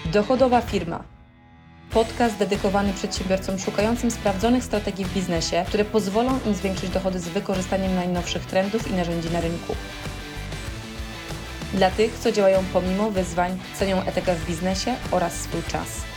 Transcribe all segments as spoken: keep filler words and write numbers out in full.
Dochodowa firma. Podcast dedykowany przedsiębiorcom szukającym sprawdzonych strategii w biznesie, które pozwolą im zwiększyć dochody z wykorzystaniem najnowszych trendów i narzędzi na rynku. Dla tych, co działają pomimo wyzwań, cenią etykę w biznesie oraz swój czas.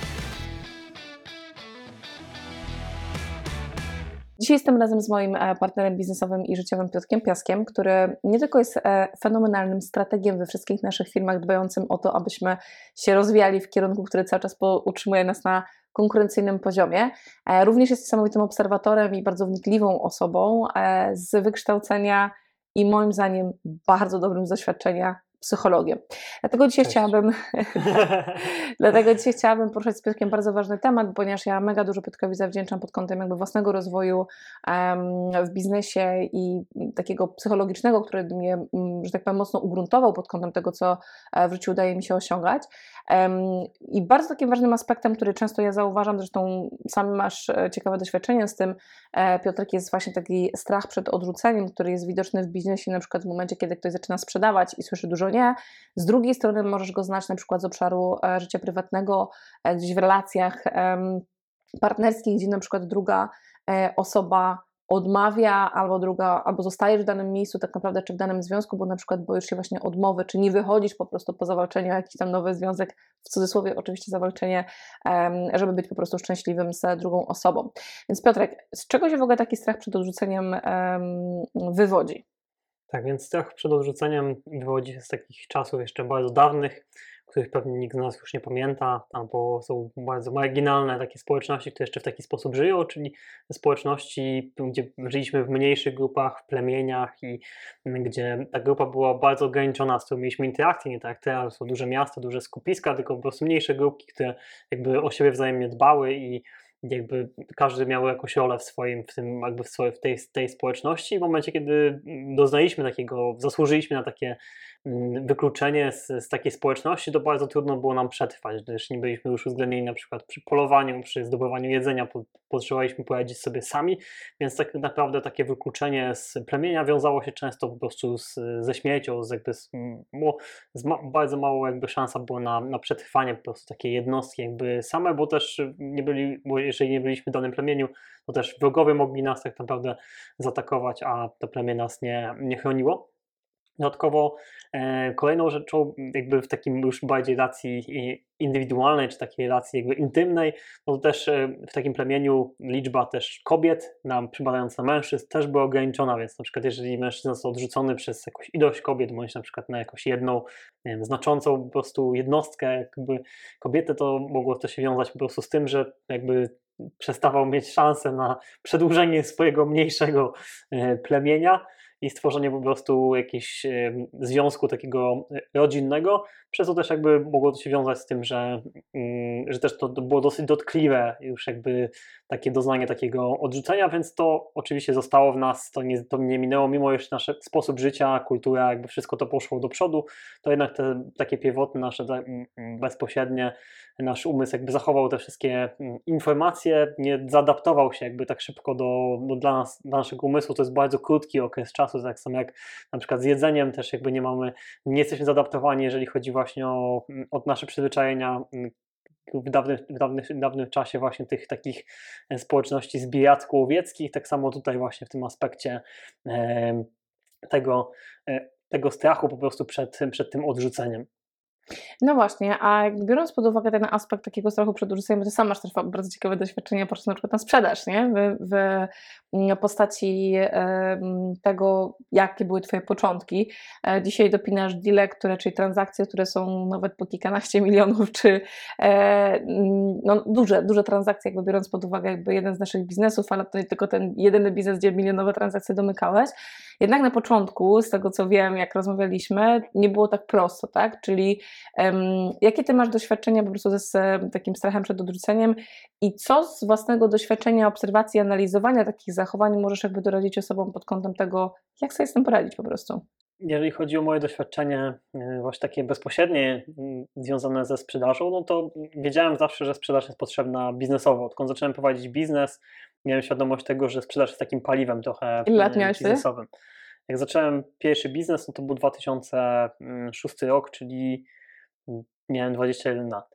Dzisiaj jestem razem z moim partnerem biznesowym i życiowym Piotrkiem Piaskiem, który nie tylko jest fenomenalnym strategiem we wszystkich naszych firmach, dbającym o to, abyśmy się rozwijali w kierunku, który cały czas utrzymuje nas na konkurencyjnym poziomie. Również jest niesamowitym obserwatorem i bardzo wnikliwą osobą z wykształcenia i moim zdaniem bardzo dobrym z doświadczenia psychologiem. Dlatego dzisiaj Cześć. chciałabym dlatego dzisiaj chciałabym poruszać z Piotrkiem bardzo ważny temat, ponieważ ja mega dużo Piotrkowi zawdzięczam pod kątem jakby własnego rozwoju um, w biznesie i takiego psychologicznego, który mnie, że tak powiem, mocno ugruntował pod kątem tego, co w życiu udaje mi się osiągać. Um, I bardzo takim ważnym aspektem, który często ja zauważam, zresztą sam masz ciekawe doświadczenie z tym, Piotrek, jest właśnie taki strach przed odrzuceniem, który jest widoczny w biznesie, na przykład w momencie, kiedy ktoś zaczyna sprzedawać i słyszy dużo nie. Z drugiej strony możesz go znać na przykład z obszaru e, życia prywatnego, e, gdzieś w relacjach e, partnerskich, gdzie na przykład druga e, osoba odmawia albo druga, albo zostajesz w danym miejscu tak naprawdę, czy w danym związku, bo na przykład boisz się właśnie odmowy, czy nie wychodzisz po prostu po zawalczeniu o jakiś tam nowy związek, w cudzysłowie oczywiście zawalczenie, żeby być po prostu szczęśliwym z drugą osobą. Więc Piotrek, z czego się w ogóle taki strach przed odrzuceniem wywodzi? Tak, więc strach przed odrzuceniem wywodzi się z takich czasów jeszcze bardzo dawnych, których pewnie nikt z nas już nie pamięta, albo są bardzo marginalne takie społeczności, które jeszcze w taki sposób żyją, czyli społeczności, gdzie żyliśmy w mniejszych grupach, w plemieniach i gdzie ta grupa była bardzo ograniczona, z którą mieliśmy interakcje, nie tak jak teraz, są duże miasta, duże skupiska, tylko po prostu mniejsze grupki, które jakby o siebie wzajemnie dbały i jakby każdy miał jakąś rolę w swoim, w tym jakby w, swojej, w tej, tej społeczności. W momencie, kiedy doznaliśmy takiego, zasłużyliśmy na takie wykluczenie z, z takiej społeczności, to bardzo trudno było nam przetrwać, gdyż nie byliśmy już uwzględnieni na przykład przy polowaniu, przy zdobywaniu jedzenia, potrzebowaliśmy poradzić sobie sami, więc tak naprawdę takie wykluczenie z plemienia wiązało się często po prostu z, ze śmiercią, z jakby z, z ma, bardzo mało jakby szansa była na, na przetrwanie po prostu takiej jednostki jakby same, bo też nie byli, bo jeżeli nie byliśmy w danym plemieniu, to też wrogowie mogli nas tak naprawdę zaatakować, a to plemię nas nie, nie chroniło. Dodatkowo e, kolejną rzeczą jakby w takim już bardziej relacji indywidualnej, czy takiej relacji jakby intymnej, no to też e, w takim plemieniu liczba też kobiet na przypadając na mężczyzn też była ograniczona, więc na przykład jeżeli mężczyzna został odrzucony przez jakąś ilość kobiet, bądź na przykład na jakąś jedną, nie wiem, znaczącą po prostu jednostkę jakby kobietę, to mogło to się wiązać po prostu z tym, że jakby przestawał mieć szansę na przedłużenie swojego mniejszego e, plemienia i stworzenie po prostu jakiegoś e, związku takiego rodzinnego, przez to też jakby mogło to się wiązać z tym, że, mm, że też to, to było dosyć dotkliwe już jakby takie doznanie takiego odrzucenia, więc to oczywiście zostało w nas, to nie, to nie minęło, mimo że nasz sposób życia, kultura, jakby wszystko to poszło do przodu, to jednak te takie pierwotne nasze te, bezpośrednie, nasz umysł jakby zachował te wszystkie informacje, nie zaadaptował się jakby tak szybko do, do dla nas, dla naszego umysłu, to jest bardzo krótki okres czasu, tak samo jak na przykład z jedzeniem też jakby nie mamy, nie jesteśmy zaadaptowani, jeżeli chodzi właśnie o, o nasze przyzwyczajenia w dawnym, w, dawnym, w dawnym czasie właśnie tych takich społeczności zbijacko-łowieckich, tak samo tutaj właśnie w tym aspekcie e, tego, e, tego strachu po prostu przed, przed tym odrzuceniem. No właśnie, a biorąc pod uwagę ten aspekt takiego strachu przed odrzuceniem, bo ty sam masz też bardzo ciekawe doświadczenia patrząc na przykład na sprzedaż, nie? W, w postaci e, tego, jakie były twoje początki. E, dzisiaj dopinasz deale, które, czyli transakcje, które są nawet po kilkanaście milionów, czy e, no, duże, duże transakcje, jakby biorąc pod uwagę jakby jeden z naszych biznesów, ale to nie tylko ten jedyny biznes, gdzie milionowe transakcje domykałeś. Jednak na początku, z tego co wiem, jak rozmawialiśmy, nie było tak prosto, tak? Czyli um, jakie ty masz doświadczenia po prostu ze z takim strachem przed odrzuceniem i co z własnego doświadczenia, obserwacji, analizowania takich zachowań możesz jakby doradzić osobom pod kątem tego, jak sobie z tym poradzić po prostu? Jeżeli chodzi o moje doświadczenie właśnie takie bezpośrednie związane ze sprzedażą, no to wiedziałem zawsze, że sprzedaż jest potrzebna biznesowo. Odkąd zacząłem prowadzić biznes, miałem świadomość tego, że sprzedaż jest takim paliwem trochę Ile lat miałeś biznesowym. Wtedy? Jak zacząłem pierwszy biznes, no to był dwa tysiące szósty rok, czyli miałem dwadzieścia jeden lat.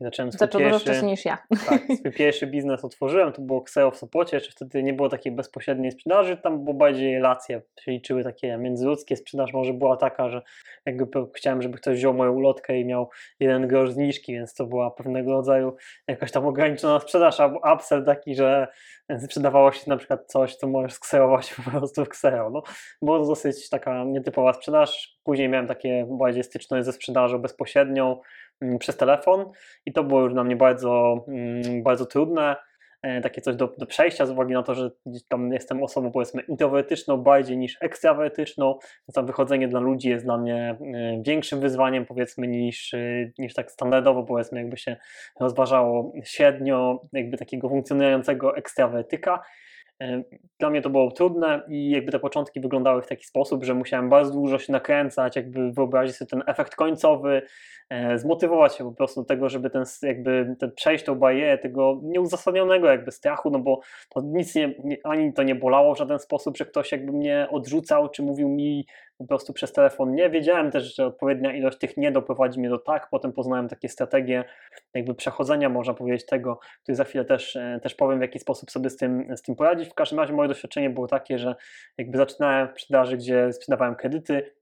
I zacząłem swój Zaczął dużo pierwszy, wcześniej niż ja. tak, swój pierwszy biznes otworzyłem, to było Xero w Sopocie, jeszcze wtedy nie było takiej bezpośredniej sprzedaży, tam było bardziej relacje, się liczyły takie międzyludzkie, sprzedaż może była taka, że jakby chciałem, żeby ktoś wziął moją ulotkę i miał jeden grosz zniżki, więc to była pewnego rodzaju jakaś tam ograniczona sprzedaż, albo upsell taki, że sprzedawało się na przykład coś, co możesz skserować po prostu w Xero. No, było to dosyć taka nietypowa sprzedaż. Później miałem takie bardziej styczność ze sprzedażą bezpośrednią mm, przez telefon i to było już dla mnie bardzo, mm, bardzo trudne. E, takie coś do, do przejścia z uwagi na to, że gdzieś tam jestem osobą powiedzmy introwertyczną bardziej niż ekstrawertyczną, więc tam wychodzenie dla ludzi jest dla mnie e, większym wyzwaniem powiedzmy niż, e, niż tak standardowo powiedzmy jakby się rozważało średnio jakby takiego funkcjonującego ekstrawertyka. E, Dla mnie to było trudne i jakby te początki wyglądały w taki sposób, że musiałem bardzo dużo się nakręcać, jakby wyobrazić sobie ten efekt końcowy, e, zmotywować się po prostu do tego, żeby ten jakby ten przejść tą barierę tego nieuzasadnionego jakby strachu, no bo to nic nie, nie, ani to nie bolało w żaden sposób, że ktoś jakby mnie odrzucał, czy mówił mi po prostu przez telefon nie. Wiedziałem też, że odpowiednia ilość tych nie doprowadzi mnie do tak, potem poznałem takie strategie jakby przechodzenia, można powiedzieć, tego, który za chwilę też, e, też powiem, w jaki sposób sobie z tym, z tym poradzić. W każdym razie moje doświadczenie było takie, że jakby zaczynałem w sprzedaży, gdzie sprzedawałem kredyty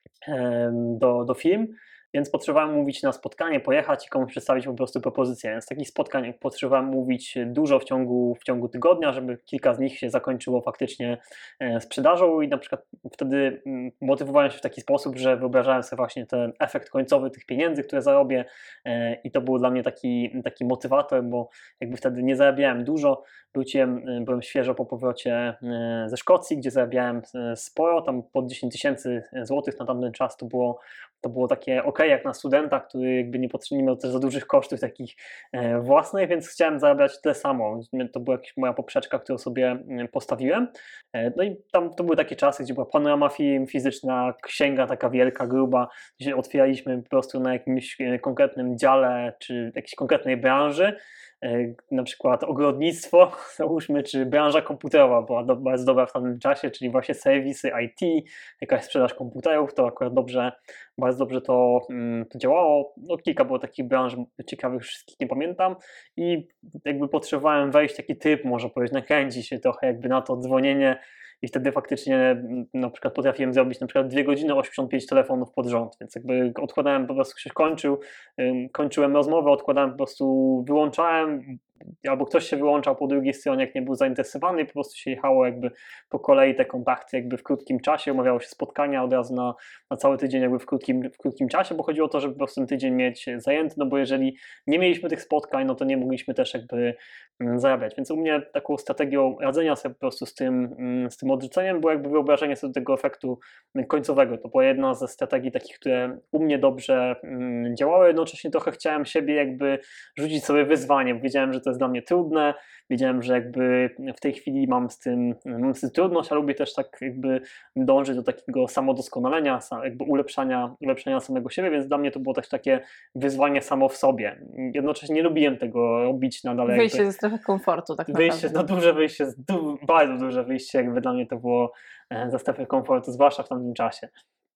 em, do, do firm, więc potrzebowałem mówić na spotkanie, pojechać i komuś przedstawić po prostu propozycję. Więc takich spotkań potrzebowałem mówić dużo w ciągu, w ciągu tygodnia, żeby kilka z nich się zakończyło faktycznie e, sprzedażą i na przykład wtedy mm, motywowałem się w taki sposób, że wyobrażałem sobie właśnie ten efekt końcowy tych pieniędzy, które zarobię e, i to był dla mnie taki, taki motywator, bo jakby wtedy nie zarabiałem dużo, wróciłem, e, byłem świeżo po powrocie e, ze Szkocji, gdzie zarabiałem e, sporo, tam pod dziesięć tysięcy złotych na tamten czas to było To było takie ok, jak na studenta, który jakby nie, potrzeb, nie miał też za dużych kosztów takich e, własnych, więc chciałem zarabiać tyle samo. To była jakaś moja poprzeczka, którą sobie e, postawiłem. E, no i tam to były takie czasy, gdzie była panorama firm, fizyczna księga taka wielka, gruba, gdzie otwieraliśmy po prostu na jakimś e, konkretnym dziale czy jakiejś konkretnej branży. Na przykład ogrodnictwo, załóżmy, czy branża komputerowa była do, bardzo dobra w tamtym czasie, czyli właśnie serwisy I T, jakaś sprzedaż komputerów, to akurat dobrze, bardzo dobrze to, to działało. No, kilka było takich branż ciekawych, wszystkich nie pamiętam i jakby potrzebowałem wejść taki typ, można powiedzieć, nakręcić się trochę jakby na to dzwonienie i wtedy faktycznie na przykład potrafiłem zrobić na przykład dwie godziny osiemdziesiąt pięć telefonów pod rząd, więc jakby odkładałem po prostu, ktoś kończył, kończyłem rozmowę, odkładałem po prostu, wyłączałem, albo ktoś się wyłączał po drugiej stronie, jak nie był zainteresowany i po prostu się jechało jakby po kolei te kontakty jakby w krótkim czasie, umawiało się spotkania od razu na, na cały tydzień jakby w krótkim, w krótkim czasie, bo chodziło o to, żeby po prostu ten tydzień mieć zajęty, no bo jeżeli nie mieliśmy tych spotkań, no to nie mogliśmy też jakby zarabiać, więc u mnie taką strategią radzenia sobie po prostu z tym, z tym odrzuceniem było jakby wyobrażenie sobie tego efektu końcowego. To była jedna ze strategii takich, które u mnie dobrze działały, jednocześnie trochę chciałem siebie jakby rzucić sobie wyzwanie, bo wiedziałem, że to jest dla mnie trudne, wiedziałem, że jakby w tej chwili mam z tym, mam z tym trudność, a lubię też tak jakby dążyć do takiego samodoskonalenia, jakby ulepszania, ulepszania samego siebie, więc dla mnie to było też takie wyzwanie samo w sobie. Jednocześnie nie lubiłem tego robić nadal. Wyjście jakby, ze strefy komfortu, tak wyjście, naprawdę. no duże wyjście, du, bardzo duże wyjście, jakby dla mnie to było ze strefy komfortu, zwłaszcza w tamtym czasie.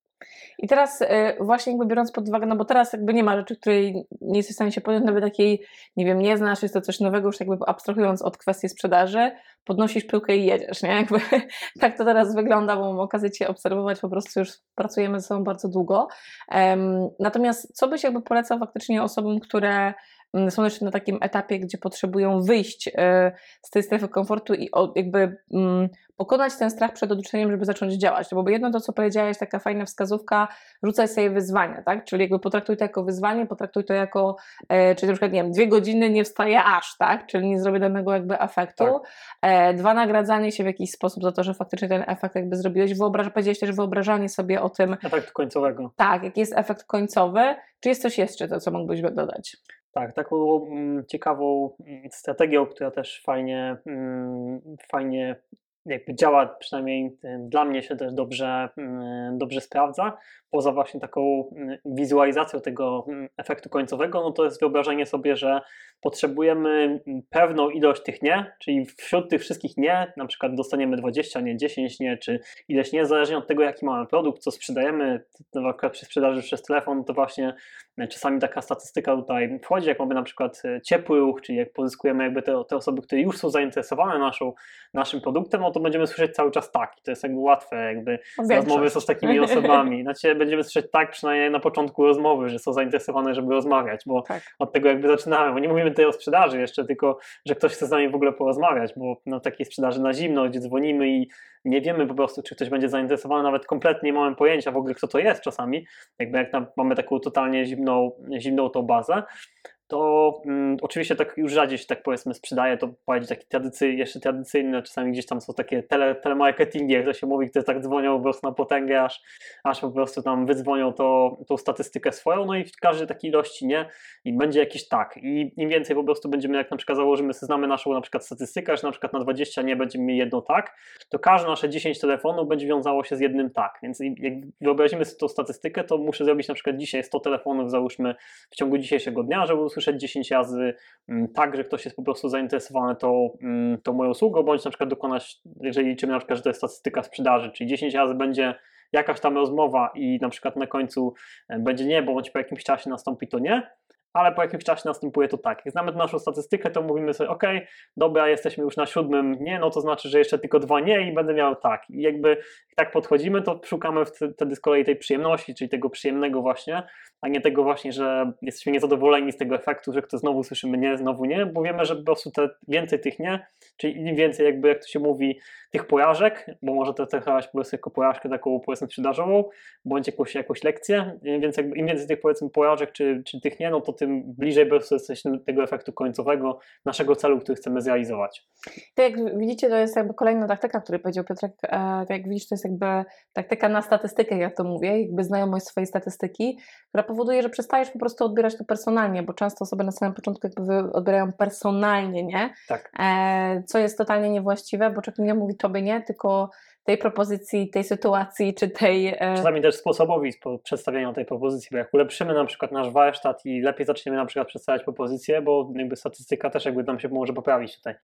I teraz właśnie jakby biorąc pod uwagę, no bo teraz jakby nie ma rzeczy, której nie jesteś w stanie się podjąć, nawet takiej, nie wiem, nie znasz, jest to coś nowego, już jakby abstrahując od kwestii sprzedaży, podnosisz piłkę i jedziesz, nie? Jakby tak to teraz wygląda, bo mam okazję Cię obserwować, po prostu już pracujemy ze sobą bardzo długo. Um, natomiast co byś jakby polecał faktycznie osobom, które są jeszcze na takim etapie, gdzie potrzebują wyjść z tej strefy komfortu i jakby pokonać ten strach przed odrzuceniem, żeby zacząć działać. No bo jedno to, co powiedziałeś, taka fajna wskazówka, rzucaj sobie wyzwania, tak? Czyli jakby potraktuj to jako wyzwanie, potraktuj to jako, czyli na przykład, nie wiem, dwie godziny nie wstaję aż, tak? Czyli nie zrobię danego jakby efektu. Tak. Dwa, nagradzanie się w jakiś sposób za to, że faktycznie ten efekt jakby zrobiłeś. Wyobraż, powiedziałeś też wyobrażanie sobie o tym. Efekt końcowego. Tak, jaki jest efekt końcowy. Czy jest coś jeszcze, to co mógłbyś dodać? Tak, taką mm, ciekawą strategią, która też fajnie, mm, fajnie jakby działa, przynajmniej dla mnie się też dobrze, dobrze sprawdza, poza właśnie taką wizualizacją tego efektu końcowego, no to jest wyobrażenie sobie, że potrzebujemy pewną ilość tych nie, czyli wśród tych wszystkich nie, na przykład dostaniemy dwadzieścia nie, dziesięć nie, czy ileś nie, zależnie od tego, jaki mamy produkt, co sprzedajemy, na przykład przy sprzedaży przez telefon, to właśnie czasami taka statystyka tutaj wchodzi, jak mamy na przykład ciepły ruch, czyli jak pozyskujemy jakby te, te osoby, które już są zainteresowane naszą, naszym produktem, no to będziemy słyszeć cały czas tak. I to jest jakby łatwe, jakby rozmowy są z takimi osobami. Znaczy będziemy słyszeć tak przynajmniej na początku rozmowy, że są zainteresowane, żeby rozmawiać, bo tak. Od tego jakby zaczynamy. Bo nie mówimy tutaj o sprzedaży jeszcze, tylko że ktoś chce z nami w ogóle porozmawiać, bo na takiej sprzedaży na zimno, gdzie dzwonimy i nie wiemy po prostu, czy ktoś będzie zainteresowany, nawet kompletnie nie mamy pojęcia w ogóle, kto to jest czasami, jakby jak tam mamy taką totalnie zimną, zimną tą bazę, to um, oczywiście tak już rzadziej się tak powiedzmy sprzedaje, to powiedzieć taki tradycy, jeszcze tradycyjny, czasami gdzieś tam są takie tele, telemarketingi, jak to się mówi, które tak dzwonią po prostu na potęgę, aż, aż po prostu tam wydzwonią to, tą statystykę swoją, no i w każdej takiej ilości nie i będzie jakiś tak i im więcej po prostu będziemy, jak na przykład założymy, znamy naszą na przykład statystykę, że na przykład na dwadzieścia nie będziemy mieli jedno tak, to każde nasze dziesięć telefonów będzie wiązało się z jednym tak, więc jak wyobrazimy sobie tą statystykę, to muszę zrobić na przykład dzisiaj sto telefonów, załóżmy w ciągu dzisiejszego dnia, żeby usłyszeć dziesięć razy tak, że ktoś jest po prostu zainteresowany tą, tą moją usługą, bądź na przykład dokonać, jeżeli liczymy na przykład, że to jest statystyka sprzedaży, czyli dziesięć razy będzie jakaś tam rozmowa i na przykład na końcu będzie nie, bądź po jakimś czasie nastąpi to nie, ale po jakimś czasie następuje to tak. Jak znamy naszą statystykę, to mówimy sobie, ok, dobra, jesteśmy już na siódmym nie, no to znaczy, że jeszcze tylko dwa nie i będę miał tak. I jakby jak tak podchodzimy, to szukamy wtedy z kolei tej przyjemności, czyli tego przyjemnego właśnie, a nie tego właśnie, że jesteśmy niezadowoleni z tego efektu, że kto znowu słyszymy nie, znowu nie, bo wiemy, że po prostu te więcej tych nie, czyli im więcej jakby, jak to się mówi, tych porażek, bo może to traktować po prostu jako porażkę taką powiedzmy sprzedażową, bądź jakąś, jakąś lekcję, więc jakby im więcej tych powiedzmy porażek, czy, czy tych nie, no to tym bliżej po prostu jesteśmy tego efektu końcowego, naszego celu, który chcemy zrealizować. Tak jak widzicie, to jest jakby kolejna taktyka, której powiedział Piotrek, e, tak jak widzisz, to jest jakby taktyka na statystykę, jak to mówię, jakby znajomość swojej statystyki, która powoduje, że przestajesz po prostu odbierać to personalnie, bo często osoby na samym początku jakby odbierają personalnie, nie? Tak. E, co jest totalnie niewłaściwe, bo człowiek nie mówi tobie nie, tylko tej propozycji, tej sytuacji, czy tej... E... Czasami też sposobowi przedstawiania tej propozycji, bo jak ulepszymy na przykład nasz warsztat i lepiej zaczniemy na przykład przedstawiać propozycję, bo jakby statystyka też jakby nam się może poprawić tutaj.